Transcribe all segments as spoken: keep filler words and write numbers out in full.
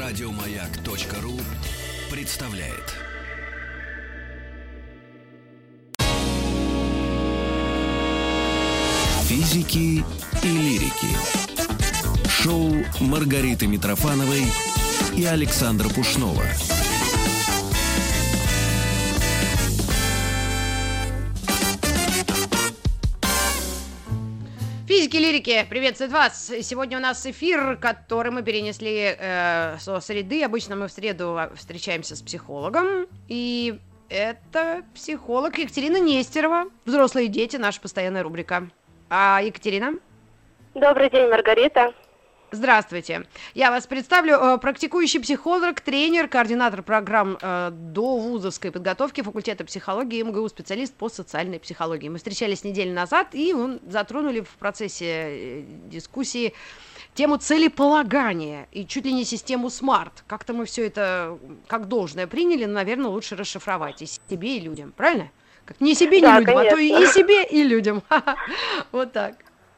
Радиомаяк.ру представляет. Физики и лирики. Шоу Маргариты Митрофановой и Александра Пушнова. Физики, лирики, приветствует вас. Сегодня у нас эфир, который мы перенесли э, со среды. Обычно мы в среду встречаемся с психологом. И это психолог Екатерина Нестерова. Взрослые дети, наша постоянная рубрика. А Екатерина? Добрый день, Маргарита. Здравствуйте. Я вас представлю. Практикующий психолог, тренер, координатор программ э, довузовской подготовки факультета психологии МГУ, специалист по социальной психологии. Мы встречались неделю назад и мы затронули в процессе дискуссии тему целеполагания и чуть ли не систему смарт. Как-то мы все это как должное приняли, но, наверное, лучше расшифровать и себе, и людям. Правильно? Как не себе, да, не людям, конечно. а то и себе, и людям. Вот так.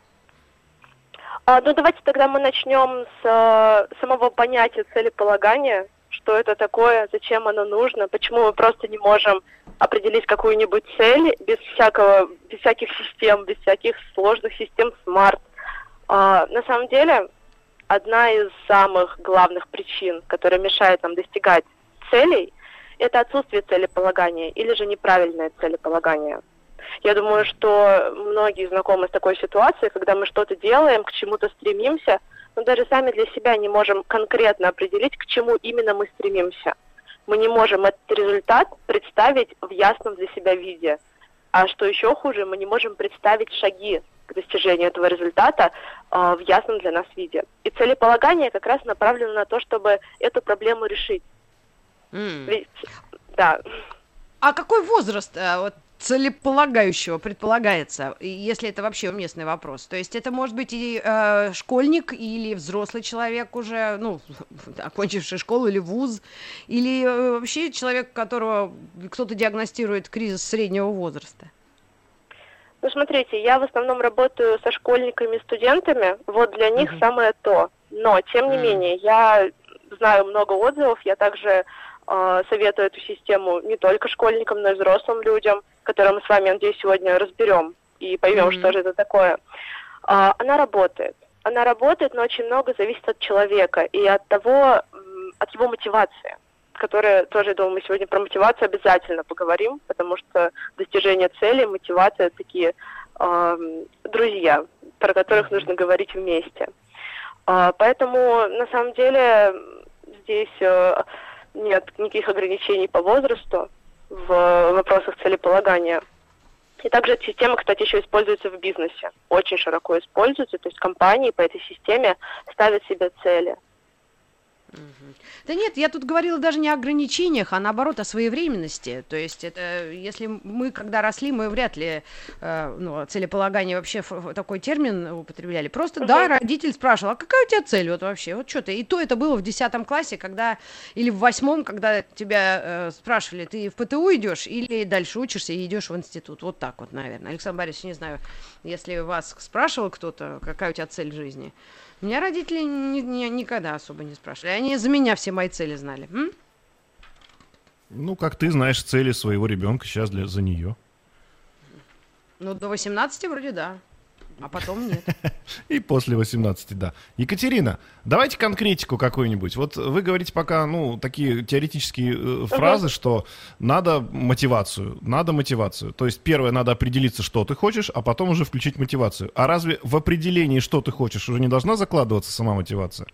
А, ну, давайте тогда мы начнем с а, самого понятия целеполагания. Что это такое, зачем оно нужно, почему мы просто не можем определить какую-нибудь цель без всякого, без всяких систем, без всяких сложных систем смарт. А, на самом деле, одна из самых главных причин, которая мешает нам достигать целей, это отсутствие целеполагания или же неправильное целеполагание. Я думаю, что многие знакомы с такой ситуацией, когда мы что-то делаем, к чему-то стремимся, но даже сами для себя не можем конкретно определить, к чему именно мы стремимся. Мы не можем этот результат представить в ясном для себя виде. А что еще хуже, мы не можем представить шаги к достижению этого результата э, в ясном для нас виде. И целеполагание как раз направлено на то, чтобы эту проблему решить. Mm. Ведь, да. А какой возраст э, вот, целеполагающего предполагается, если это вообще уместный вопрос? То есть это может быть и э, школьник, или взрослый человек уже, ну, окончивший школу или вуз, или э, вообще человек, которого кто-то диагностирует кризис среднего возраста? Ну, смотрите, я в основном работаю со школьниками и студентами, вот для них uh-huh. самое то. Но, тем не uh-huh. менее, я знаю много отзывов, я также э, советую эту систему не только школьникам, но и взрослым людям, которую мы с вами, надеюсь, сегодня разберем и поймем, mm-hmm. что же это такое. А, она работает. Она работает, но очень много зависит от человека и от того, от его мотивации, которая тоже, я думаю, мы сегодня про мотивацию обязательно поговорим, потому что достижение цели, мотивация — такие э, друзья, про которых mm-hmm. нужно говорить вместе. А, поэтому, на самом деле, здесь э, нет никаких ограничений по возрасту в вопросах целеполагания. И также эта система, кстати, еще используется в бизнесе. Очень широко используется. То есть компании по этой системе ставят себе цели. Угу. Да нет, я тут говорила даже не о ограничениях, а наоборот о своевременности. То есть это, если мы, когда росли, мы вряд ли э, ну, целеполагание вообще ф- такой термин употребляли. Просто угу. да, родитель спрашивал, а какая у тебя цель вот вообще? Вот что ты? И то это было в десятом классе, когда, или в восьмом, когда тебя э, спрашивали, ты в ПТУ идешь или дальше учишься и идешь в институт. Вот так вот, наверное. Александр Борисович, не знаю, если вас спрашивал кто-то, какая у тебя цель в жизни. Меня родители ни, ни, никогда особо не спрашивали. Они за меня все мои цели знали. М? Ну, как ты знаешь цели своего ребенка сейчас для, за нее. Ну, до восемнадцати вроде да. А потом нет. И после восемнадцати, да. Екатерина, давайте конкретику какую-нибудь. Вот вы говорите пока, ну, такие теоретические э, фразы, что надо мотивацию, надо мотивацию. То есть первое, надо определиться, что ты хочешь, а потом уже включить мотивацию. А разве в определении, что ты хочешь, уже не должна закладываться сама мотивация?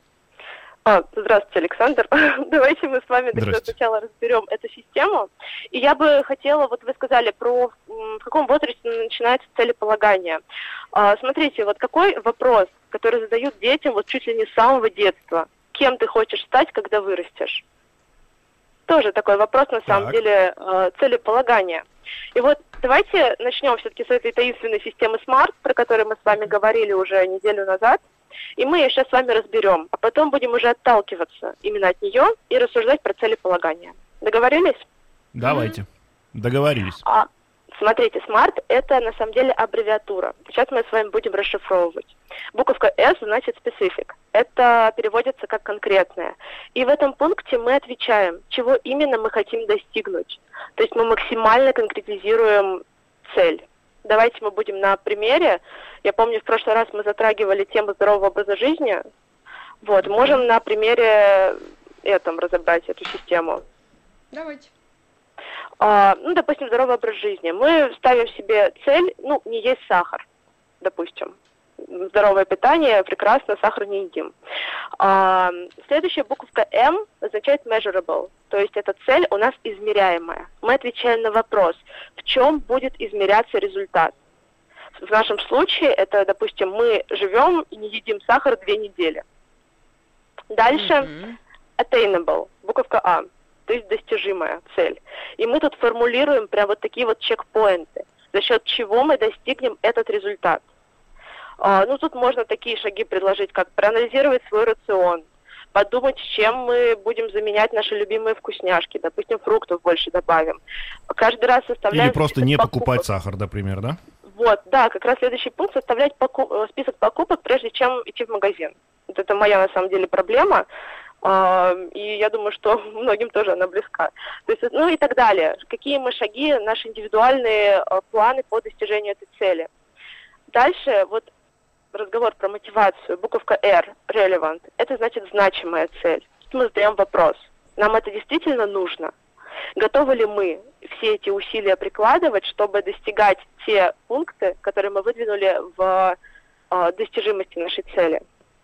А, здравствуйте, Александр. Давайте мы с вами тогда сначала разберем эту систему. И я бы хотела, вот вы сказали про в каком возрасте начинается целеполагание. А, смотрите, вот какой вопрос, который задают детям вот чуть ли не с самого детства. Кем ты хочешь стать, когда вырастешь? Тоже такой вопрос, на самом так. деле, целеполагания. И вот давайте начнем все-таки с этой таинственной системы смарт, про которую мы с вами говорили уже неделю назад. И мы ее сейчас с вами разберем, а потом будем уже отталкиваться именно от нее и рассуждать про целеполагание. Договорились? Давайте. Mm-hmm. Договорились. А, Смотрите, SMART – это на самом деле аббревиатура. Сейчас мы с вами будем расшифровывать. Буковка S значит specific. Это переводится как конкретное. И в этом пункте мы отвечаем, чего именно мы хотим достигнуть. То есть мы максимально конкретизируем цель. Давайте мы будем на примере. Я помню, в прошлый раз мы затрагивали тему здорового образа жизни. Вот, можем на примере этом разобрать эту систему. Давайте. А, ну, допустим, здоровый образ жизни. Мы ставим себе цель, ну, не есть сахар, допустим. Здоровое питание, прекрасно, сахар не едим. А, следующая буковка M означает measurable, то есть эта цель у нас измеряемая. Мы отвечаем на вопрос, в чем будет измеряться результат. В нашем случае это, допустим, мы живем и не едим сахар две недели. Дальше mm-hmm. attainable, буковка А, то есть достижимая цель. И мы тут формулируем прям вот такие вот чекпоинты, за счет чего мы достигнем этот результат. Uh, ну, тут можно такие шаги предложить, как проанализировать свой рацион, подумать, с чем мы будем заменять наши любимые вкусняшки, допустим, фруктов больше добавим. Каждый раз составляем... Или просто не покупок. покупать сахар, например, да? Вот, да, как раз следующий пункт — составлять поку... список покупок, прежде чем идти в магазин. Вот это моя, на самом деле, проблема, uh, и я думаю, что многим тоже она близка. То есть, ну и так далее. Какие мы шаги, наши индивидуальные uh, планы по достижению этой цели. Дальше, вот, разговор про мотивацию, буковка R, relevant, это значит значимая цель. Тут мы задаем вопрос, нам это действительно нужно? Готовы ли мы все эти усилия прикладывать, чтобы достигать те пункты, которые мы выдвинули в э, достижимости нашей цели?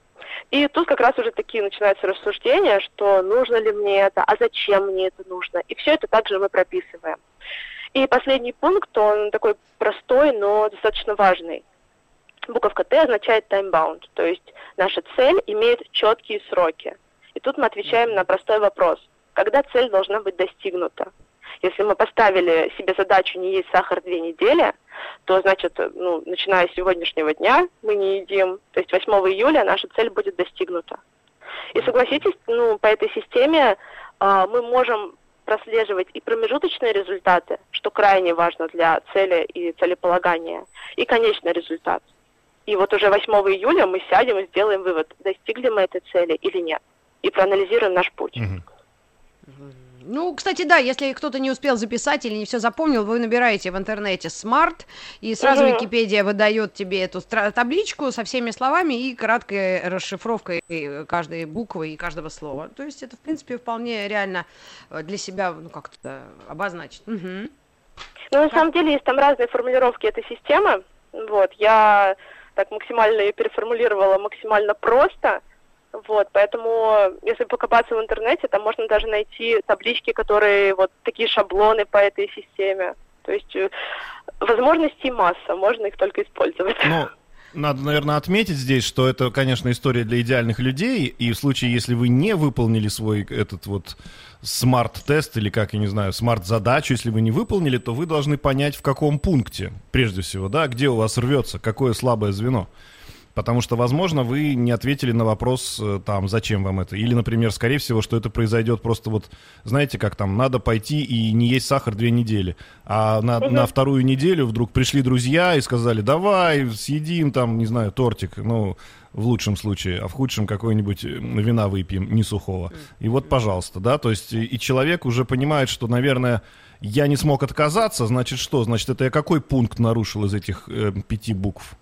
И тут как раз уже такие начинаются рассуждения, что нужно ли мне это, а зачем мне это нужно. И все это также мы прописываем. И последний пункт, он такой простой, но достаточно важный. Буковка Т означает time-bound, то есть наша цель имеет четкие сроки. И тут мы отвечаем на простой вопрос, когда цель должна быть достигнута. Если мы поставили себе задачу не есть сахар две недели, то, значит, ну, начиная с сегодняшнего дня мы не едим, то есть восьмого июля наша цель будет достигнута. И согласитесь, ну, по этой системе э, мы можем прослеживать и промежуточные результаты, что крайне важно для цели и целеполагания, и конечный результат. И вот уже восьмого июля мы сядем и сделаем вывод, достигли мы этой цели или нет. И проанализируем наш путь. Mm-hmm. Ну, кстати, да, если кто-то не успел записать или не все запомнил, вы набираете в интернете SMART, и сразу mm-hmm. Википедия выдает тебе эту табличку со всеми словами и краткой расшифровкой каждой буквы и каждого слова. То есть это, в принципе, вполне реально для себя, ну, как-то обозначить. Mm-hmm. Ну, на самом деле, есть там разные формулировки этой системы. Вот, я... так максимально ее переформулировала максимально просто, вот, поэтому, если покопаться в интернете, там можно даже найти таблички, которые, вот, такие шаблоны по этой системе, то есть возможностей масса, можно их только использовать. Но надо, наверное, отметить здесь, что это, конечно, история для идеальных людей, и в случае, если вы не выполнили свой этот вот смарт-тест, или, как, я не знаю, смарт-задачу, если вы не выполнили, то вы должны понять, в каком пункте, прежде всего, да, где у вас рвется, какое слабое звено. Потому что, возможно, вы не ответили на вопрос, там, зачем вам это. Или, например, скорее всего, что это произойдет просто вот, знаете, как там, надо пойти и не есть сахар две недели. А на, угу. на вторую неделю вдруг пришли друзья и сказали, давай, съедим там, не знаю, тортик, ну, в лучшем случае, а в худшем какой-нибудь вина выпьем, не сухого. И вот, пожалуйста, да, то есть и человек уже понимает, что, наверное, я не смог отказаться, значит что? Значит, это я какой пункт нарушил из этих э, пяти букв?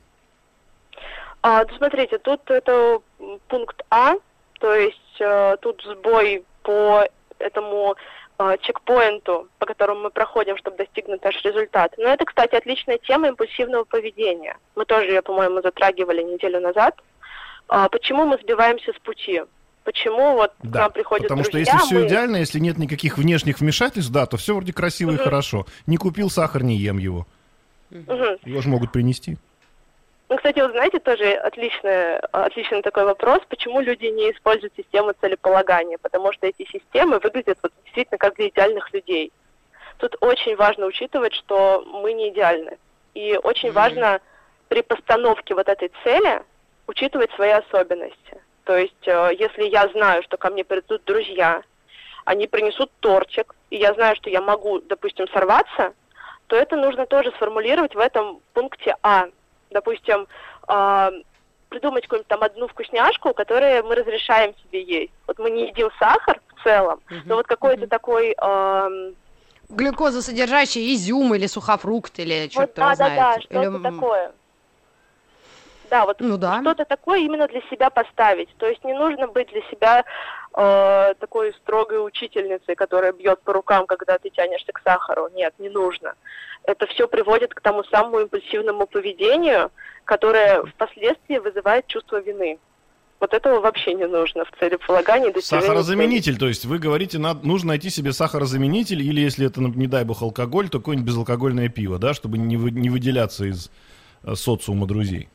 А, смотрите, тут это пункт А, то есть э, тут сбой по этому э, чекпоинту, по которому мы проходим, чтобы достигнуть наш результат. Но это, кстати, отличная тема импульсивного поведения. Мы тоже ее, по-моему, затрагивали неделю назад. А, почему мы сбиваемся с пути? Почему вот да, к нам приходят потому друзья... что если все мы... идеально, если нет никаких внешних вмешательств, да, то все вроде красиво угу. и хорошо. Не купил сахар, не ем его. Угу. Его же могут принести. Ну, кстати, вот знаете, тоже отличный, отличный такой вопрос, почему люди не используют систему целеполагания, потому что эти системы выглядят вот действительно как для идеальных людей. Тут очень важно учитывать, что мы не идеальны. И очень mm-hmm. важно при постановке вот этой цели учитывать свои особенности. То есть, если я знаю, что ко мне придут друзья, они принесут тортик, и я знаю, что я могу, допустим, сорваться, то это нужно тоже сформулировать в этом пункте А. Допустим, э, придумать какую-нибудь там одну вкусняшку, которую мы разрешаем себе есть. Вот мы не едим сахар в целом, uh-huh. но вот какой-то uh-huh. такой... Э, глюкозосодержащий изюм или сухофрукт, или что-то вот, да, знает. Да, да, что-то или... такое. Да, вот ну, да. что-то такое именно для себя поставить. То есть не нужно быть для себя э, такой строгой учительницей, которая бьет по рукам, когда ты тянешься к сахару. Нет, не нужно. Это все приводит к тому самому импульсивному поведению, которое впоследствии вызывает чувство вины. Вот этого вообще не нужно в целеполагании. Сахарозаменитель, то есть вы говорите, надо, нужно найти себе сахарозаменитель, или если это, не дай бог, алкоголь, то какое-нибудь безалкогольное пиво, да, чтобы не, вы, не выделяться из э, социума друзей.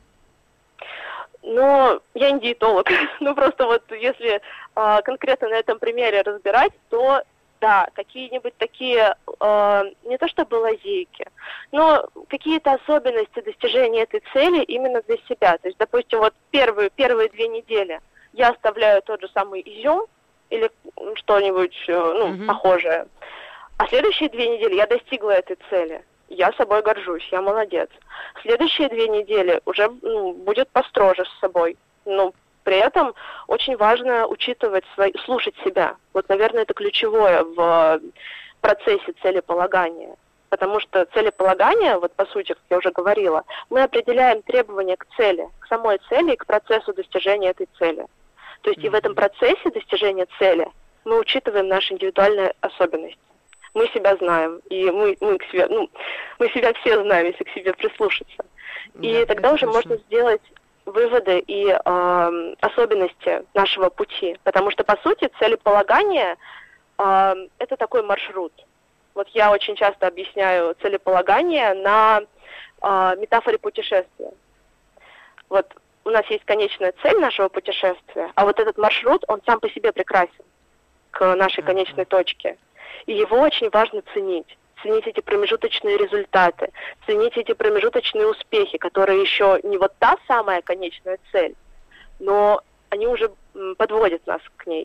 Ну, я не диетолог, ну просто вот если э, конкретно на этом примере разбирать, то да, какие-нибудь такие, э, не то чтобы лазейки, но какие-то особенности достижения этой цели именно для себя. То есть, допустим, вот первые, первые две недели я оставляю тот же самый изюм или что-нибудь э, ну, mm-hmm. похожее, а следующие две недели я достигла этой цели. Я собой горжусь, я молодец. Следующие две недели уже ну, будет построже с собой. Но при этом очень важно учитывать, свои, слушать себя. Вот, наверное, это ключевое в процессе целеполагания. Потому что целеполагание, вот по сути, как я уже говорила, мы определяем требования к цели, к самой цели и к процессу достижения этой цели. То есть mm-hmm. и в этом процессе достижения цели мы учитываем наши индивидуальные особенности. Мы себя знаем, и мы, мы, к себе, ну, мы себя все знаем, если к себе прислушаться. Да, и тогда уже точно. Можно сделать выводы и э, особенности нашего пути. Потому что, по сути, целеполагание э, – это такой маршрут. Вот я очень часто объясняю целеполагание на э, метафоре путешествия. Вот у нас есть конечная цель нашего путешествия, а вот этот маршрут, он сам по себе прекрасен к нашей конечной точке. И его очень важно ценить. Ценить эти промежуточные результаты, ценить эти промежуточные успехи, которые еще не вот та самая конечная цель, но они уже подводят нас к ней.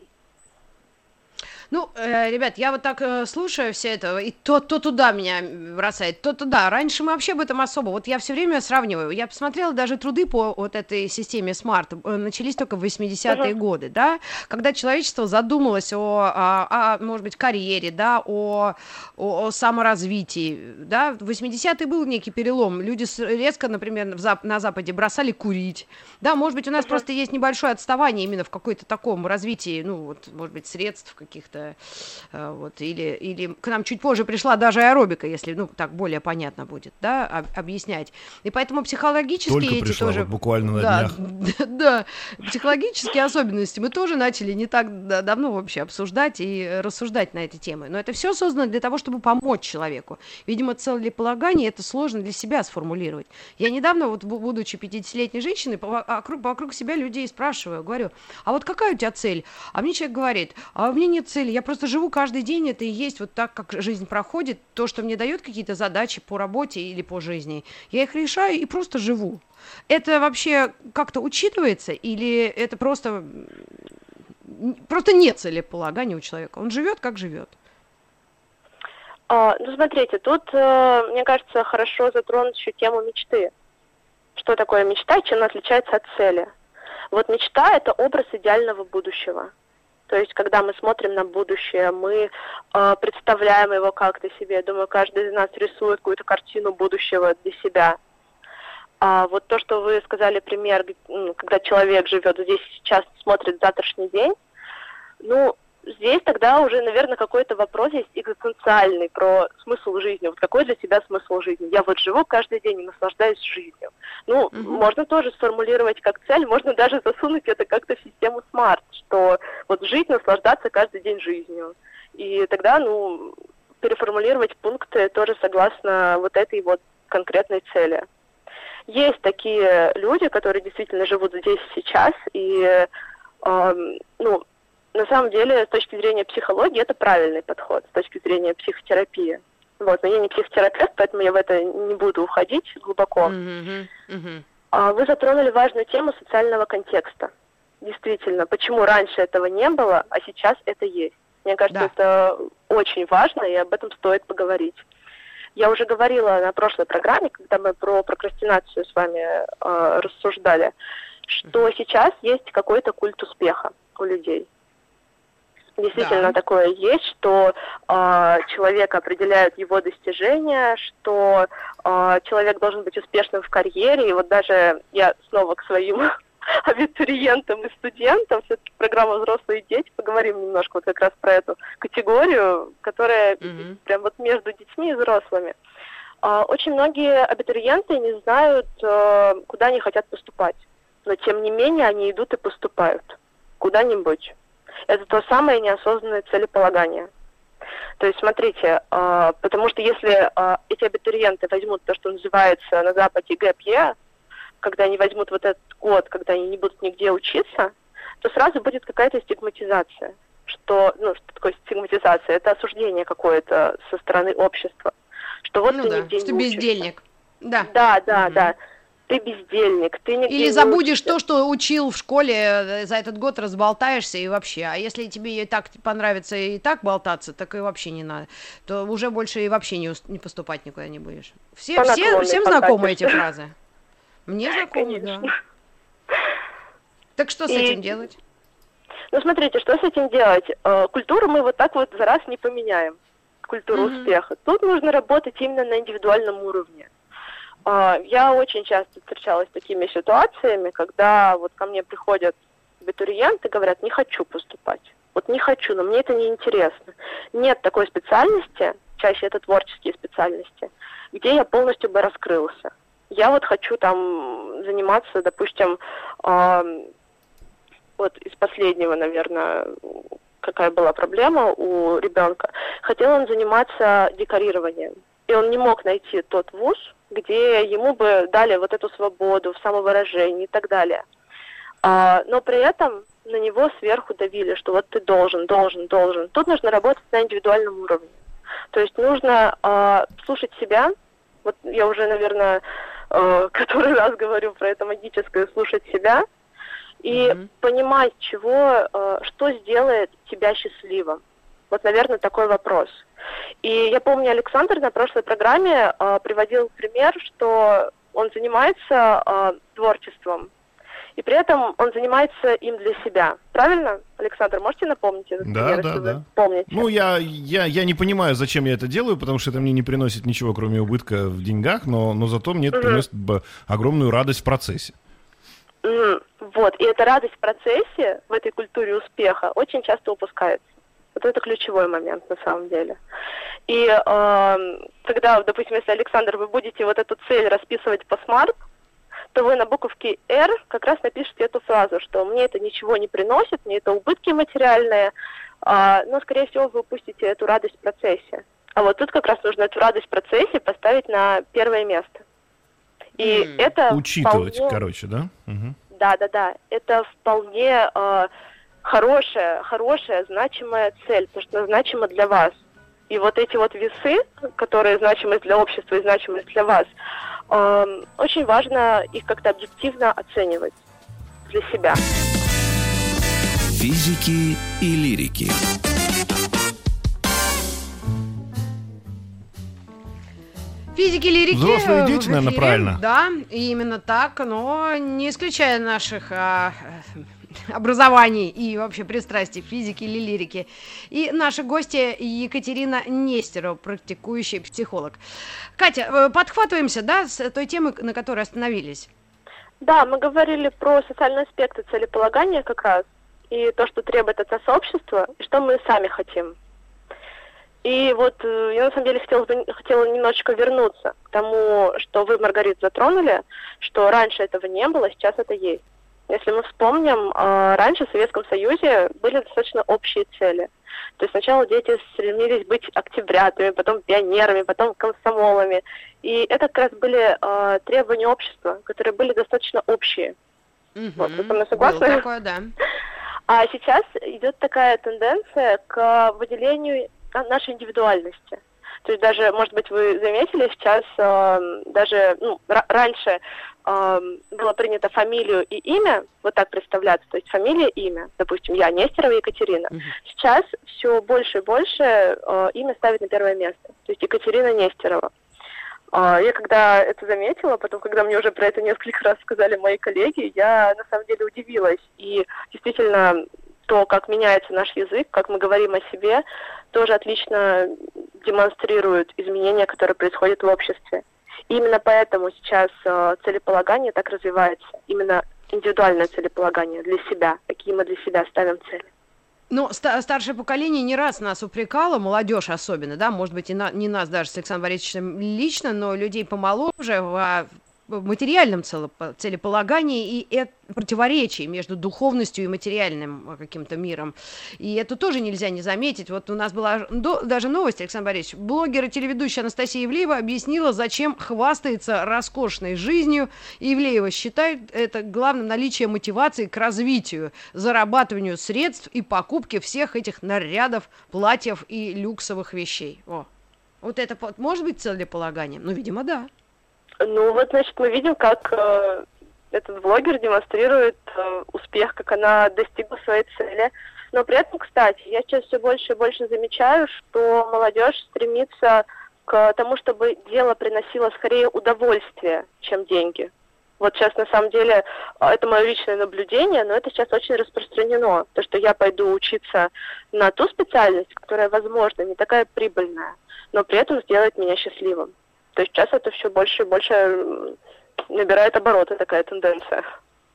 Ну, э, ребят, я вот так э, слушаю все это, и то, то туда меня бросает, то туда. Раньше мы вообще об этом особо. Вот я все время сравниваю. Я посмотрела даже труды по вот этой системе SMART. Э, начались только в восьмидесятые uh-huh. годы, да, когда человечество задумалось о, о, о может быть, карьере, да, о, о, о саморазвитии, да. В восьмидесятые был некий перелом. Люди резко, например, в зап- на Западе бросали курить. Да, может быть, у нас uh-huh. просто есть небольшое отставание именно в какой-то таком развитии, ну, вот, может быть, средств каких-то. Вот, или, или к нам чуть позже пришла даже аэробика, если, ну, так более понятно будет, да, об, объяснять. И поэтому психологические Только эти пришла, тоже... Вот буквально на да, днях. Да, психологические особенности мы тоже начали не так давно вообще обсуждать и рассуждать на эти темы. Но это все создано для того, чтобы помочь человеку. Видимо, целеполагание это сложно для себя сформулировать. Я недавно, вот будучи пятидесятилетней женщиной, вокруг, вокруг себя людей спрашиваю, говорю, а вот какая у тебя цель? А мне человек говорит, а у меня нет цели. Я просто живу каждый день, это и есть вот так, как жизнь проходит, то, что мне дает какие-то задачи по работе или по жизни, я их решаю и просто живу. Это вообще как-то учитывается или это просто, просто нет целеполагания у человека? Он живет, как живет. А, ну, смотрите, тут, э, мне кажется, хорошо затронуть еще тему мечты. Что такое мечта и чем она отличается от цели? Вот мечта – это образ идеального будущего. То есть, когда мы смотрим на будущее, мы э, представляем его как-то себе. Я думаю, каждый из нас рисует какую-то картину будущего для себя. А вот то, что вы сказали, пример, когда человек живет здесь сейчас, смотрит завтрашний день, ну, здесь тогда уже, наверное, какой-то вопрос есть экзистенциальный про смысл жизни. Вот какой для себя смысл жизни? Я вот живу каждый день и наслаждаюсь жизнью. Ну, mm-hmm. можно тоже сформулировать как цель, можно даже засунуть это как-то в систему SMART, что вот жить, наслаждаться каждый день жизнью. И тогда, ну, переформулировать пункты тоже согласно вот этой вот конкретной цели. Есть такие люди, которые действительно живут здесь сейчас, и, э, ну, на самом деле, с точки зрения психологии, это правильный подход, с точки зрения психотерапии. Вот, но я не психотерапевт, поэтому я в это не буду уходить глубоко. Mm-hmm. Mm-hmm. Вы затронули важную тему социального контекста. Действительно, почему раньше этого не было, а сейчас это есть. Мне кажется, да. это очень важно, и об этом стоит поговорить. Я уже говорила на прошлой программе, когда мы про прокрастинацию с вами э, рассуждали, что сейчас есть какой-то культ успеха у людей. Действительно, да. Такое есть, что э, человек определяют его достижения, что э, человек должен быть успешным в карьере. И вот даже я снова к своим абитуриентам и студентам, все-таки программа «Взрослые дети», поговорим немножко вот как раз про эту категорию, которая mm-hmm. прям вот между детьми и взрослыми. Э, очень многие абитуриенты не знают, э, куда они хотят поступать, но тем не менее они идут и поступают куда-нибудь. Это то самое неосознанное целеполагание. То есть, смотрите, э, потому что если э, эти абитуриенты возьмут то, что называется на Западе гэп йир, когда они возьмут вот этот год, когда они не будут нигде учиться, то сразу будет какая-то стигматизация. Что, ну, что такое стигматизация? Это осуждение какое-то со стороны общества. Что вот ну ты да, нигде что не учишься. Бездельник. Да, да, да. Mm-hmm. да. Ты бездельник, ты нигде Или не забудешь учишься. то, что учил в школе, за этот год разболтаешься и вообще. А если тебе и так понравится и так болтаться, так и вообще не надо. То уже больше и вообще не, не поступать никуда не будешь. Все, все, всем знакомы эти фразы? Мне знакомы, да. Так что с и... этим делать? Ну, смотрите, что с этим делать? Культуру мы вот так вот за раз не поменяем. Культуру mm-hmm. успеха. Тут нужно работать именно на индивидуальном уровне. Я очень часто встречалась с такими ситуациями, когда вот ко мне приходят абитуриенты и говорят, не хочу поступать. Вот не хочу, но мне это не интересно. Нет такой специальности, чаще это творческие специальности, где я полностью бы раскрылся. Я вот хочу там заниматься, допустим, э, вот из последнего, наверное, какая была проблема у ребенка. Хотел он заниматься декорированием. И он не мог найти тот вуз, где ему бы дали вот эту свободу в самовыражении и так далее. А, но при этом на него сверху давили, что вот ты должен, должен, должен. Тут нужно работать на индивидуальном уровне. То есть нужно а, слушать себя. Вот я уже, наверное, а, который раз говорю про это магическое слушать себя. И mm-hmm. понимать, чего, а, что сделает тебя счастливым. Вот, наверное, такой вопрос. И я помню, Александр на прошлой программе э, приводил пример, что он занимается э, творчеством, и при этом он занимается им для себя. Правильно, Александр, можете напомнить этот да, пример, да, если да. вы помните? Ну, я, я, я не понимаю, зачем я это делаю, потому что это мне не приносит ничего, кроме убытка в деньгах, но, но зато мне это угу. приносит огромную радость в процессе. Mm, вот, и эта радость в процессе, в этой культуре успеха, очень часто упускается. Вот это ключевой момент на самом деле. И э, когда, допустим, если, Александр, вы будете вот эту цель расписывать по смарт, то вы на буковке «Р» как раз напишите эту фразу, что мне это ничего не приносит, мне это убытки материальные, э, но, скорее всего, вы упустите эту радость в процессе. А вот тут как раз нужно эту радость в процессе поставить на первое место. И mm. это Учитывать, вполне... короче, да? Угу. Да-да-да, это вполне... Э, Хорошая, хорошая, значимая цель, потому что она значима для вас. И вот эти вот весы, которые значимы для общества и значимы для вас, э, очень важно их как-то объективно оценивать для себя. Физики и лирики. Физики, лирики. Взрослые дети, наверное, правильно. Да, именно так, но не исключая наших... А... образований и вообще пристрастий физики или лирики. И наша гостья Екатерина Нестерова, практикующий психолог. Катя, подхватываемся, да, с той темы, на которой остановились? Да, мы говорили про социальные аспекты целеполагания как раз, и то, что требует от нас общество, и что мы сами хотим. И вот я на самом деле хотела, хотела немножечко вернуться к тому, что вы, Маргарита, затронули, что раньше этого не было, сейчас это есть. Если мы вспомним, раньше в Советском Союзе были достаточно общие цели. То есть сначала дети стремились быть октябрятами, потом пионерами, потом комсомолами. И это как раз были требования общества, которые были достаточно общие. Угу. Вот, вы со мной согласны? Было такое, да. А сейчас идет такая тенденция к выделению нашей индивидуальности. То есть даже, может быть, вы заметили, сейчас э, даже ну, р- раньше э, было принято фамилию и имя вот так представляться, то есть фамилия, имя. Допустим, я Нестерова Екатерина. Uh-huh. Сейчас все больше и больше э, имя ставит на первое место. То есть Екатерина Нестерова. Я когда это заметила, потом, когда мне уже про это несколько раз сказали мои коллеги, я на самом деле удивилась. И действительно, то, как меняется наш язык, как мы говорим о себе, тоже отлично демонстрирует изменения, которые происходят в обществе. И именно поэтому сейчас целеполагание так развивается. Именно индивидуальное целеполагание для себя, какие мы для себя ставим цели. Ну, ста- старшее поколение не раз нас упрекало, молодежь особенно, да, может быть, и на- не нас даже с Александром Борисовичем лично, но людей помоложе в, в материальном цело- целеполагании и это противоречие между духовностью и материальным каким-то миром. И это тоже нельзя не заметить. Вот у нас была до- даже новость, Александр Борисович, блогер и телеведущая Анастасия Ивлеева объяснила, зачем хвастается роскошной жизнью. Ивлеева считает это главным наличие мотивации к развитию, зарабатыванию средств и покупке всех этих нарядов, платьев и люксовых вещей. О. Вот это может быть целеполаганием? Ну, видимо, да. Ну, вот, значит, мы видим, как э, этот блогер демонстрирует э, успех, как она достигла своей цели. Но при этом, кстати, я сейчас все больше и больше замечаю, что молодежь стремится к тому, чтобы дело приносило скорее удовольствие, чем деньги. Вот сейчас, на самом деле, это мое личное наблюдение, но это сейчас очень распространено. То, что я пойду учиться на ту специальность, которая, возможно, не такая прибыльная, но при этом сделает меня счастливым. То есть сейчас это все больше и больше набирает обороты, такая тенденция.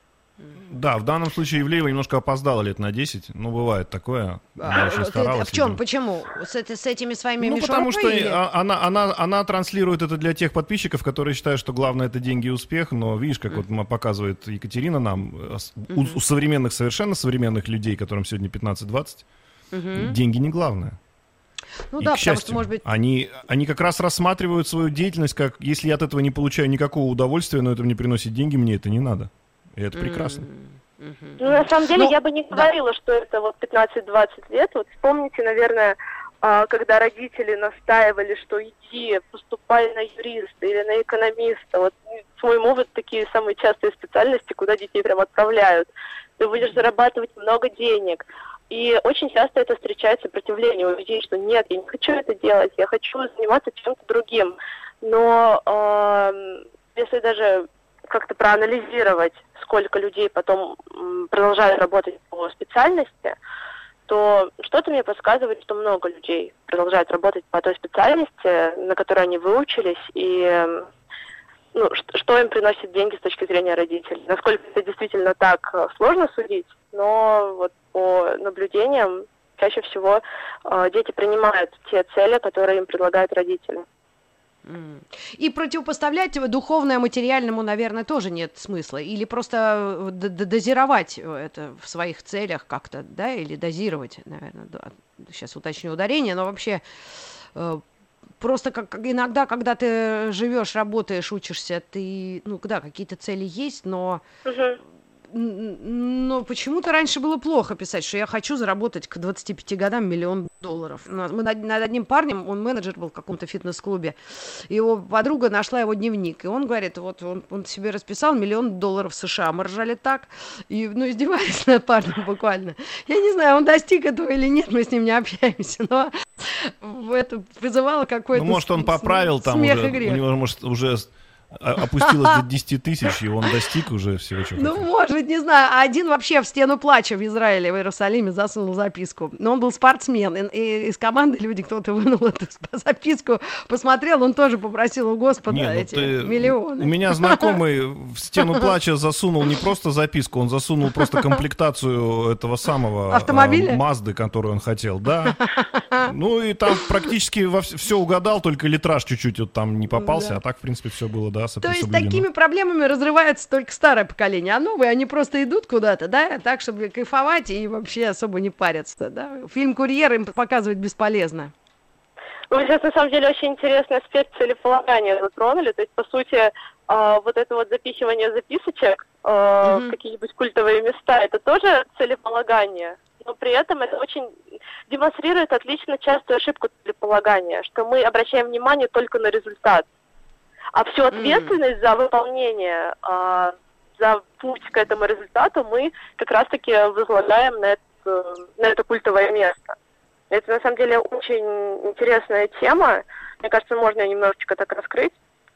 Да, в данном случае Ивлеева немножко опоздала лет на десять. Ну, бывает такое. Она очень старалась. В чем? Почему? С, это, с этими своими Ну, мишурой? потому что или... она, она, она транслирует это для тех подписчиков, которые считают, что главное это деньги и успех. Но видишь, как mm-hmm. вот показывает Екатерина нам, mm-hmm. у, у современных, совершенно современных людей, которым сегодня пятнадцать-двадцать, mm-hmm. деньги не главное. Ну и, да, к счастью, что, может быть... они, они как раз рассматривают свою деятельность как, если я от этого не получаю никакого удовольствия, но это мне приносит деньги, мне это не надо. И это прекрасно. Mm-hmm. Ну, на самом деле, но... я бы не говорила, да. что это вот пятнадцать-двадцать лет. Вот вспомните, наверное, когда родители настаивали, что иди, поступай на юриста или на экономиста. Вот с моему вот такие самые частые специальности, куда детей прям отправляют. Ты будешь зарабатывать много денег. И очень часто это встречает сопротивление у людей, что нет, я не хочу это делать, я хочу заниматься чем-то другим. Но э, если даже как-то проанализировать, сколько людей потом м, продолжают работать по специальности, то что-то мне подсказывает, что много людей продолжают работать по той специальности, на которой они выучились, и ну, что, что им приносит деньги с точки зрения родителей. Насколько это действительно так, сложно судить, но вот по наблюдениям чаще всего э, дети принимают те цели, которые им предлагают родители. И противопоставлять его духовное материальному, наверное, тоже нет смысла. Или просто дозировать это в своих целях как-то, да, или дозировать, наверное, да. Сейчас уточню ударение, но вообще э, просто как иногда, когда ты живешь, работаешь, учишься, ты, ну да, какие-то цели есть, но... Угу. Но почему-то раньше было плохо писать, что я хочу заработать к двадцати пяти годам миллион долларов. Мы над, над одним парнем, он менеджер был в каком-то фитнес-клубе, его подруга нашла его дневник, и он говорит, вот он, он себе расписал миллион долларов США. Мы ржали так, и, ну, издевались над парнем буквально. Я не знаю, он достиг этого или нет, мы с ним не общаемся, но это вызывало какой-то Ну, может, он поправил с- там смех уже, и грех. у него, может, уже опустилось до десяти тысяч, и он достиг уже всего, чего Ну, хотел. может быть, не знаю. А один вообще в стену плача в Израиле, в Иерусалиме засунул записку. Но он был спортсмен, и, и из команды люди, кто-то вынул эту записку, посмотрел, он тоже попросил у Господа Не, ну эти ты... миллионы. У меня знакомый в стену плача засунул не просто записку, он засунул просто комплектацию этого самого Автомобиля? э, Мазды, которую он хотел, да. Ну и там практически во вс- все угадал, только литраж чуть-чуть вот там не попался, Да. а так, в принципе, все было, да, То есть соблюдено. такими проблемами разрывается только старое поколение, а новые, они просто идут куда-то, да, так, чтобы кайфовать и вообще особо не париться, да. Фильм «Курьер» им показывать бесполезно. Вы сейчас, на самом деле, очень интересный аспект целеполагания затронули. То есть, по сути, э, вот это вот запихивание записочек э, Мгм. в какие-нибудь культовые места, это тоже целеполагание. Но при этом это очень демонстрирует отлично частую ошибку целеполагания, что мы обращаем внимание только на результат. А всю ответственность за выполнение, э, за путь к этому результату мы как раз-таки возлагаем на это, на это культовое место. Это, на самом деле, очень интересная тема. Мне кажется, можно ее немножечко так раскрыть.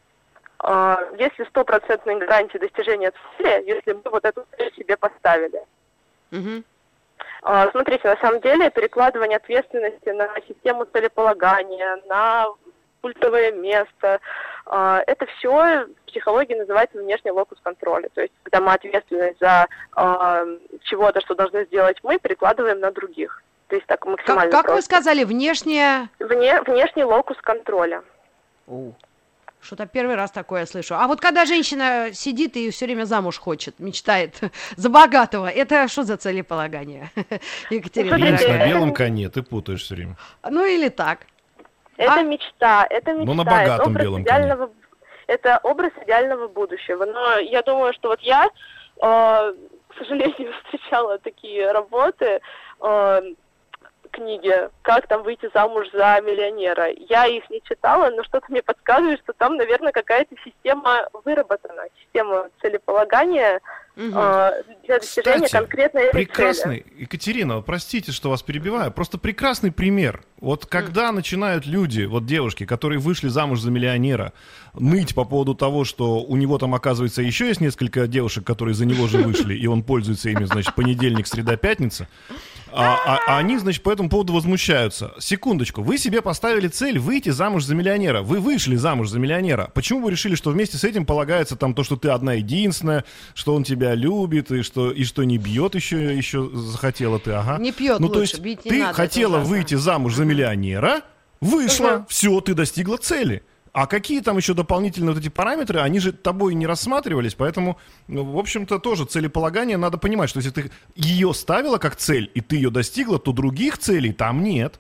э, есть ли стопроцентная гарантия достижения цели, если мы вот эту цель себе поставили. Угу. Э, смотрите, на самом деле перекладывание ответственности на систему целеполагания, на пультовое место, э, это все в психологии называется внешний локус контроля. То есть, когда мы ответственность за э, чего-то, что должны сделать мы, перекладываем на других. То есть так максимально Как, как просто. вы сказали, внешняя... Вне, внешний локус контроля. О, что-то первый раз такое слышу. А вот когда женщина сидит и все время замуж хочет, мечтает за богатого, это что за целеполагание, Екатерина? Ну, Принц на это- белом коне, ты путаешь все время. Ну или так. Это А? мечта, это мечта. Ну, на это богатом образ белом идеального, это образ идеального будущего. Но я думаю, что вот я, э, к сожалению, встречала такие работы, э, книги, как там выйти замуж за миллионера. Я их не читала, но что-то мне подсказывает, что там, наверное, какая-то система выработана, система целеполагания Мгм. э, для достижения Кстати, конкретной этой цели. прекрасный, Екатерина, простите, что вас перебиваю, просто прекрасный пример. Вот когда начинают люди, вот девушки, которые вышли замуж за миллионера, ныть по поводу того, что у него там, оказывается, еще есть несколько девушек, которые за него же вышли, и он пользуется ими, значит, понедельник, среда, пятница, а, а- а они, значит, по этому поводу возмущаются. Секундочку, вы себе поставили цель выйти замуж за миллионера, вы вышли замуж за миллионера. Почему вы решили, что вместе с этим полагается там то, что ты одна единственная, что он тебя любит, и что, и что не бьет еще, еще захотела ты, ага. Не пьет Ну, то лучше, есть бить не ты надо, это хотела ужасно. выйти замуж за миллионера, вышла, Мгм. все, ты достигла цели. А какие там еще дополнительные вот эти параметры, они же тобой не рассматривались, поэтому, ну, в общем-то, тоже целеполагание надо понимать, что если ты ее ставила как цель, и ты ее достигла, то других целей там нет.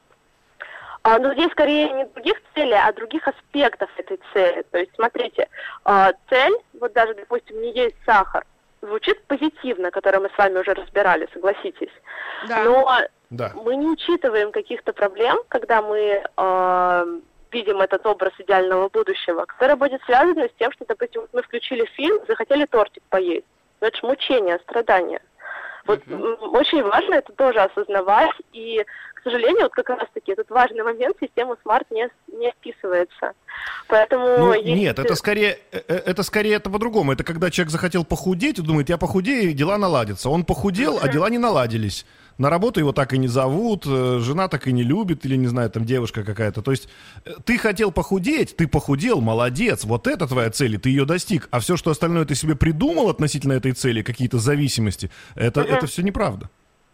А, ну, здесь скорее не других целей, а других аспектов этой цели. То есть, смотрите, а, цель, вот даже, допустим, не есть сахар, звучит позитивно, которое мы с вами уже разбирали, согласитесь. Да. Но Да. мы не учитываем каких-то проблем, когда мы а, видим этот образ идеального будущего, который будет связан с тем, что, допустим, вот мы включили фильм, захотели тортик поесть. Но это же мучение, страдание. Вот м, очень важно это тоже осознавать, и, к сожалению, вот как раз-таки этот важный момент система смарт не, не вписывается. Поэтому Ну, есть- нет, это скорее, э, э, это скорее это по-другому. Это когда человек захотел похудеть и думает, я похудею, и дела наладятся. Он похудел, а дела не наладились. На работу его так и не зовут, э, жена так и не любит, или, не знаю, там девушка какая-то. То есть э, ты хотел похудеть, ты похудел, молодец, вот это твоя цель, и ты ее достиг. А все, что остальное ты себе придумал относительно этой цели, какие-то зависимости, это, это все неправда.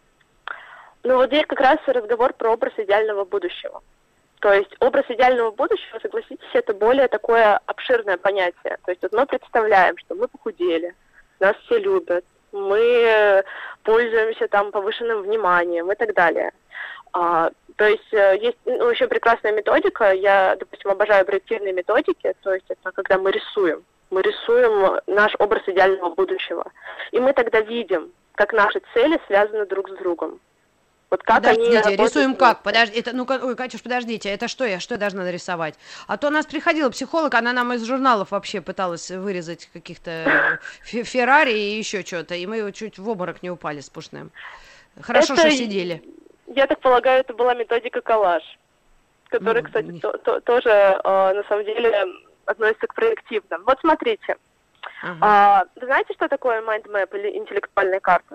Ну вот здесь как раз разговор про образ идеального будущего. То есть образ идеального будущего, согласитесь, это более такое обширное понятие. То есть вот мы представляем, что мы похудели, нас все любят, мы пользуемся там повышенным вниманием и так далее. А, то есть э, есть ну, еще прекрасная методика, я, допустим, обожаю объективные методики, то есть это когда мы рисуем. Мы рисуем наш образ идеального будущего. И мы тогда видим, как наши цели связаны друг с другом. Вот как они Подождите, работают рисуем вместе. как? Подожди, это, ну, ой, Катюш, подождите, это что я, что я должна нарисовать? А то у нас приходила психолог, она нам из журналов вообще пыталась вырезать каких-то фе- Феррари и еще что-то, и мы чуть в обморок не упали с Пушным. Хорошо, Это, что сидели. Я так полагаю, это была методика коллаж, которая, Ну, кстати, не- то- то- тоже э, на самом деле относится к проективным. Вот смотрите, Ага. а, вы знаете, что такое mind map или интеллектуальная карта?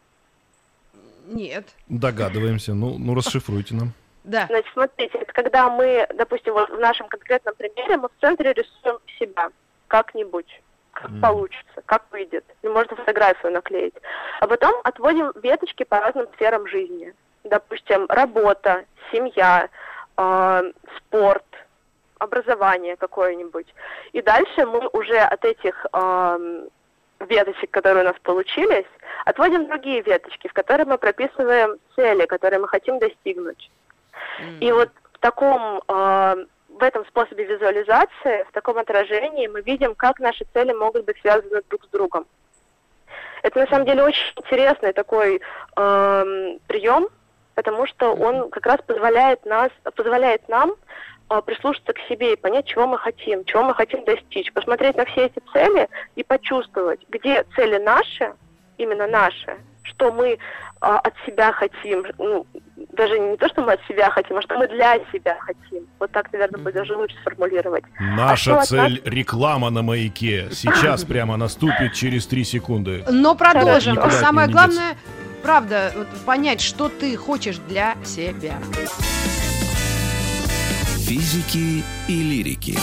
Нет. Догадываемся, ну, ну расшифруйте нам. Да. Значит, смотрите, это когда мы, допустим, вот в нашем конкретном примере, мы в центре рисуем себя как-нибудь, как Мгм. получится, как выйдет. И можно фотографию наклеить. А потом отводим веточки по разным сферам жизни. Допустим, работа, семья, э, спорт, образование какое-нибудь. И дальше мы уже от этих э, веточек, которые у нас получились, отводим другие веточки, в которые мы прописываем цели, которые мы хотим достигнуть. И вот в таком, э, в этом способе визуализации, в таком отражении мы видим, как наши цели могут быть связаны друг с другом. Это на самом деле очень интересный такой э, прием, потому что он как раз позволяет, нас, позволяет нам э, прислушаться к себе и понять, чего мы хотим, чего мы хотим достичь, посмотреть на все эти цели и почувствовать, где цели наши, именно наши, что мы э, от себя хотим, ну, даже не то, что мы от себя хотим, а что мы для себя хотим. Вот так, наверное, будет даже лучше сформулировать. Наша а цель нас... — реклама на Маяке. Сейчас прямо наступит через три секунды. Но продолжим. Никуда Самое не главное, правда, вот, понять, что ты хочешь для себя. Физики и лирики.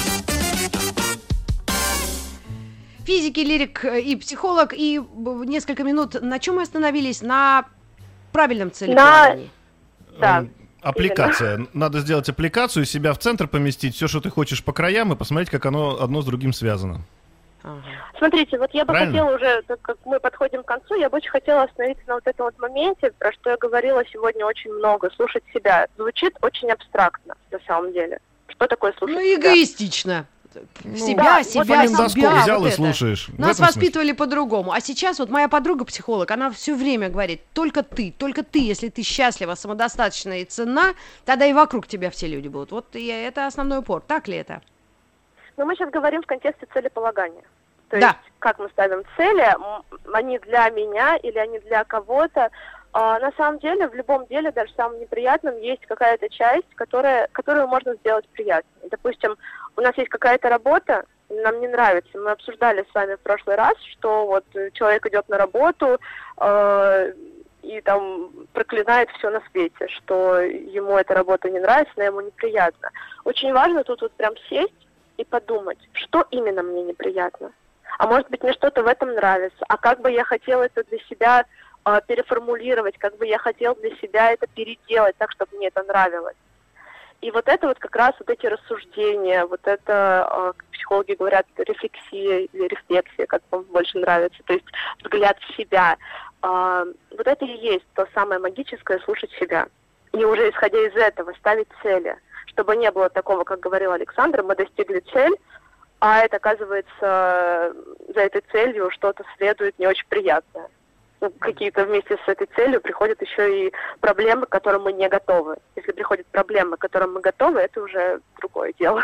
Физики, лирик и психолог. И несколько минут. На чем мы остановились? На правильном целеполагании. На... Да. Аппликация. Именно. Надо сделать аппликацию, себя в центр поместить, все, что ты хочешь по краям, и посмотреть, как оно одно с другим связано. Ага. Смотрите, вот я бы Правильно? хотела уже, так как мы подходим к концу, я бы очень хотела остановиться на вот этом вот моменте, про что я говорила сегодня очень много. Слушать себя. Звучит очень абстрактно, на самом деле. Что такое слушать Ну, себя? эгоистично. Ну, себя, да, себя, вот себя, доскок взял вот и это. слушаешь. В Нас этом воспитывали по-другому. А сейчас вот моя подруга-психолог, она все время говорит, только ты, только ты, если ты счастлива, самодостаточна и ценна, тогда и вокруг тебя все люди будут. Вот и это основной упор. Так ли это? Но мы сейчас говорим в контексте целеполагания. То Да. есть, как мы ставим цели, м, они для меня или они для кого-то. А, на самом деле, в любом деле, даже самом неприятном, есть какая-то часть, которая, которую можно сделать приятной. Допустим, у нас есть какая-то работа, нам не нравится. Мы обсуждали с вами в прошлый раз, что вот человек идет на работу э, и там проклинает все на свете, что ему эта работа не нравится, она ему неприятна. Очень важно тут вот прям сесть и подумать, что именно мне неприятно. А может быть, мне что-то в этом нравится. А как бы я хотела это для себя э, переформулировать, как бы я хотела для себя это переделать так, чтобы мне это нравилось. И вот это вот как раз вот эти рассуждения, вот это, э, как психологи говорят, рефлексия или рефлексия, как вам больше нравится, то есть взгляд в себя. Э, вот это и есть то самое магическое — слушать себя. И уже исходя из этого ставить цели, чтобы не было такого, как говорил Александр, мы достигли цель, а это, оказывается, за этой целью что-то следует не очень приятное. Ну, какие-то вместе с этой целью приходят еще и проблемы, к которым мы не готовы. Если приходят проблемы, к которым мы готовы, это уже другое дело.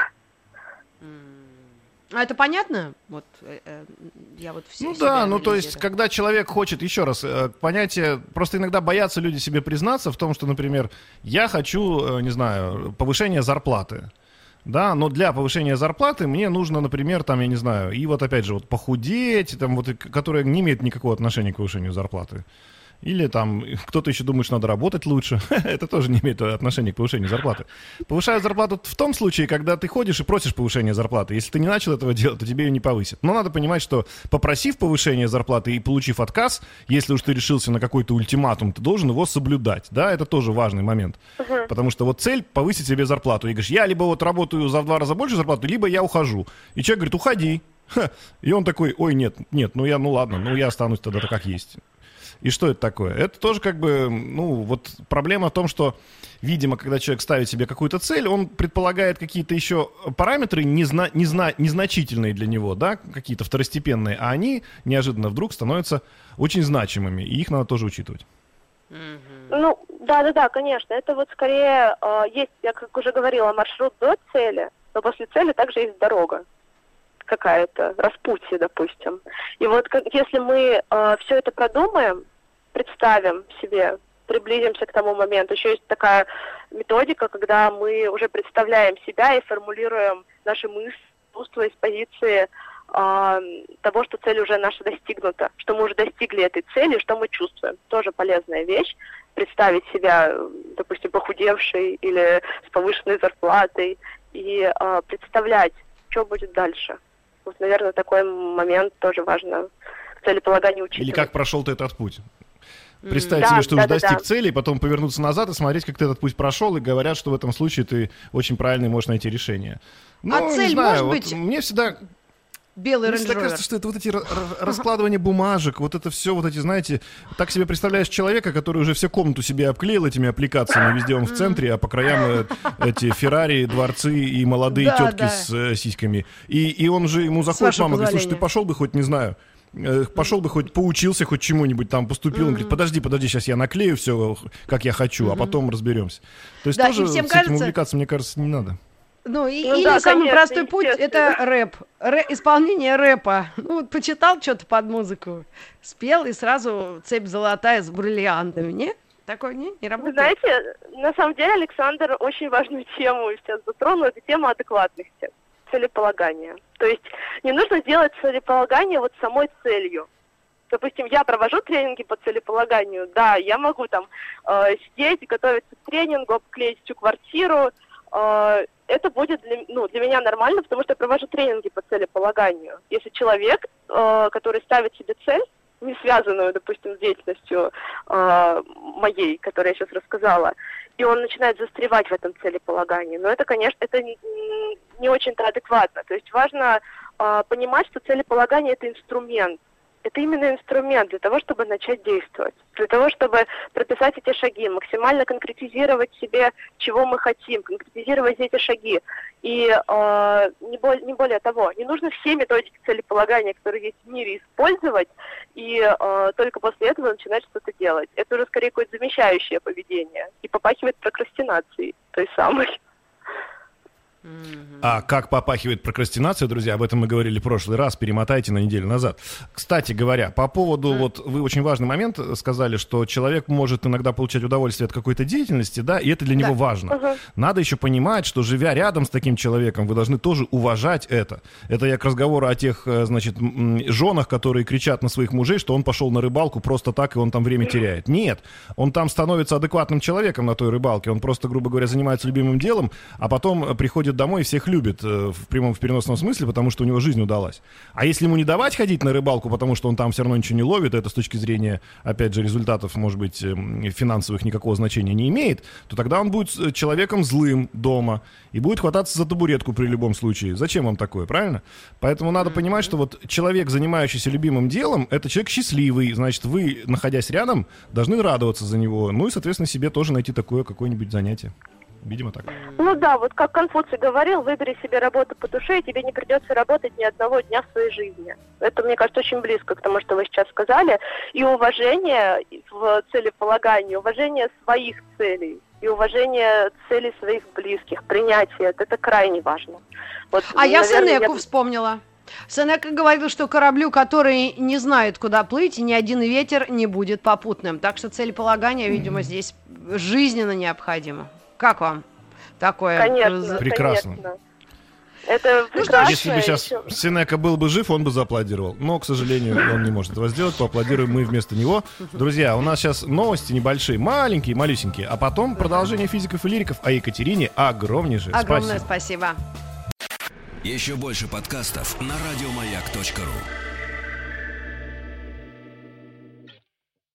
А это понятно? Вот э, э, я вот все. Ну да, ну то есть, когда человек хочет, еще раз, э, понятие, просто иногда боятся люди себе признаться в том, что, например, я хочу, э, не знаю, повышения зарплаты. Да, но для повышения зарплаты мне нужно, например, там, я не знаю, и вот опять же, вот похудеть, там, вот, которое не имеет никакого отношения к повышению зарплаты. Или там кто-то еще думает, что надо работать лучше. Это тоже не имеет отношения к повышению зарплаты. Повышают зарплату в том случае, когда ты ходишь и просишь повышения зарплаты. Если ты не начал этого делать, то тебе ее не повысят. Но надо понимать, что попросив повышения зарплаты и получив отказ, если уж ты решился на какой-то ультиматум, ты должен его соблюдать. Да, это тоже важный момент. Uh-huh. Потому что вот цель — повысить себе зарплату. И говоришь, я либо вот работаю за в два раза больше зарплату, либо я ухожу. И человек говорит, уходи. Ха. И он такой, ой, нет, нет, ну я, ну ладно, ну я останусь тогда как есть. И что это такое? Это тоже как бы, ну, вот проблема в том, что, видимо, когда человек ставит себе какую-то цель, он предполагает какие-то еще параметры незна- незна- незначительные для него, да, какие-то второстепенные, а они неожиданно вдруг становятся очень значимыми, и их надо тоже учитывать. Ну, да-да-да, конечно. Это вот скорее э, есть, я как уже говорила, маршрут до цели, но после цели также есть дорога какая-то, распутье, допустим. И вот как, если мы э, все это продумаем, представим себе, приблизимся к тому моменту, еще есть такая методика, когда мы уже представляем себя и формулируем наши мысли, чувства из позиции э, того, что цель уже наша достигнута, что мы уже достигли этой цели, что мы чувствуем. Тоже полезная вещь. Представить себя, допустим, похудевшей или с повышенной зарплатой и э, представлять, что будет дальше. Вот, наверное, такой момент тоже важно в целеполагании учитывать. Или как прошел ты этот путь. Представь да, себе, что да, уже да, достиг да. цели, потом повернуться назад и смотреть, как ты этот путь прошел, и говорят, что в этом случае ты очень правильно можешь найти решение. Ну, а цель не знаю, может вот быть мне всегда... белый Мне всегда рейндж-ровер? кажется, что это вот эти ра- ра- раскладывания бумажек, вот это все, вот эти, знаете, так себе представляешь человека, который уже всю комнату себе обклеил этими аппликациями, везде он в центре, а по краям э, эти Феррари, дворцы и молодые Да, тетки да. с э, сиськами. И, и он же, ему заходит вашего мама, говорит, слушай, ты позволения. пошел бы хоть, не знаю, э, пошел бы хоть поучился хоть чему-нибудь там, поступил. Он говорит, подожди, подожди, сейчас я наклею все, как я хочу, а потом разберемся. То есть Да, и тоже всем с этим кажется- увлекаться, мне кажется, не надо. Ну, и, Ну или да, самый конечно, простой путь — это естественно. рэп. Рэ- исполнение рэпа. Ну, вот почитал что-то под музыку, спел, и сразу цепь золотая с бриллиантами, не? Такое не, не Вы работает? знаете, на самом деле Александр очень важную тему сейчас затронул, это тема адекватности, целеполагания. То есть не нужно делать целеполагание вот самой целью. Допустим, я провожу тренинги по целеполаганию, да, я могу там э, сидеть, готовиться к тренингу, обклеить всю квартиру. Э, это будет для, ну, для меня нормально, потому что я провожу тренинги по целеполаганию. Если человек, э, который ставит себе цель, не связанную, допустим, с деятельностью э, моей, которую я сейчас рассказала, и он начинает застревать в этом целеполагании. Но это, конечно, это не, не очень-то адекватно. То есть важно э, понимать, что целеполагание – это инструмент. Это именно инструмент для того, чтобы начать действовать, для того, чтобы прописать эти шаги, максимально конкретизировать себе, чего мы хотим, конкретизировать эти шаги. И э, не, более, не более того, не нужно все методики целеполагания, которые есть в мире, использовать, и э, только после этого начинать что-то делать. Это уже скорее какое-то замещающее поведение и попахивает прокрастинацией той самой. А как попахивает прокрастинация, друзья, об этом мы говорили в прошлый раз, перемотайте на неделю назад. Кстати говоря, по поводу, mm. вот вы очень важный момент сказали, что человек может иногда получать удовольствие от какой-то деятельности, да, и это для него да. важно. Uh-huh. Надо еще понимать, что живя рядом с таким человеком, вы должны тоже уважать это. Это я к разговору о тех, значит, женах, которые кричат на своих мужей, что он пошел на рыбалку просто так, и он там время теряет. Нет, он там становится адекватным человеком на той рыбалке, он просто, грубо говоря, занимается любимым делом, а потом приходит домой и всех любит э, в прямом, в переносном смысле, потому что у него жизнь удалась. А если ему не давать ходить на рыбалку, потому что он там все равно ничего не ловит, это с точки зрения, опять же, результатов, может быть, э, финансовых никакого значения не имеет, то тогда он будет человеком злым дома и будет хвататься за табуретку при любом случае. Зачем вам такое, правильно? Поэтому надо понимать, что вот человек, занимающийся любимым делом, это человек счастливый, значит, вы, находясь рядом, должны радоваться за него, ну и, соответственно, себе тоже найти такое какое-нибудь занятие. Видимо, так. Ну да, вот как Конфуций говорил, выбери себе работу по душе, и тебе не придется работать ни одного дня в своей жизни. Это, мне кажется, очень близко к тому, что вы сейчас сказали. И уважение в целеполагании, уважение своих целей, и уважение целей своих близких, принятие, это крайне важно. Вот, а наверное, я Сенеку я... вспомнила. Сенека говорил, что кораблю, который не знает, куда плыть, ни один ветер не будет попутным. Так что целеполагание, видимо, здесь жизненно необходимо. Как вам такое? Конечно, прекрасно. Конечно. Это ну, прекрасно. Если бы сейчас еще... Сенека был бы жив, он бы зааплодировал. Но, к сожалению, он не может этого сделать. Поаплодируем мы вместо него. Друзья, у нас сейчас новости небольшие, маленькие, малюсенькие. А потом продолжение физиков и лириков. А Екатерине огромнейшее Огромное спасибо. спасибо. Еще больше подкастов на радиомаяк точка ру.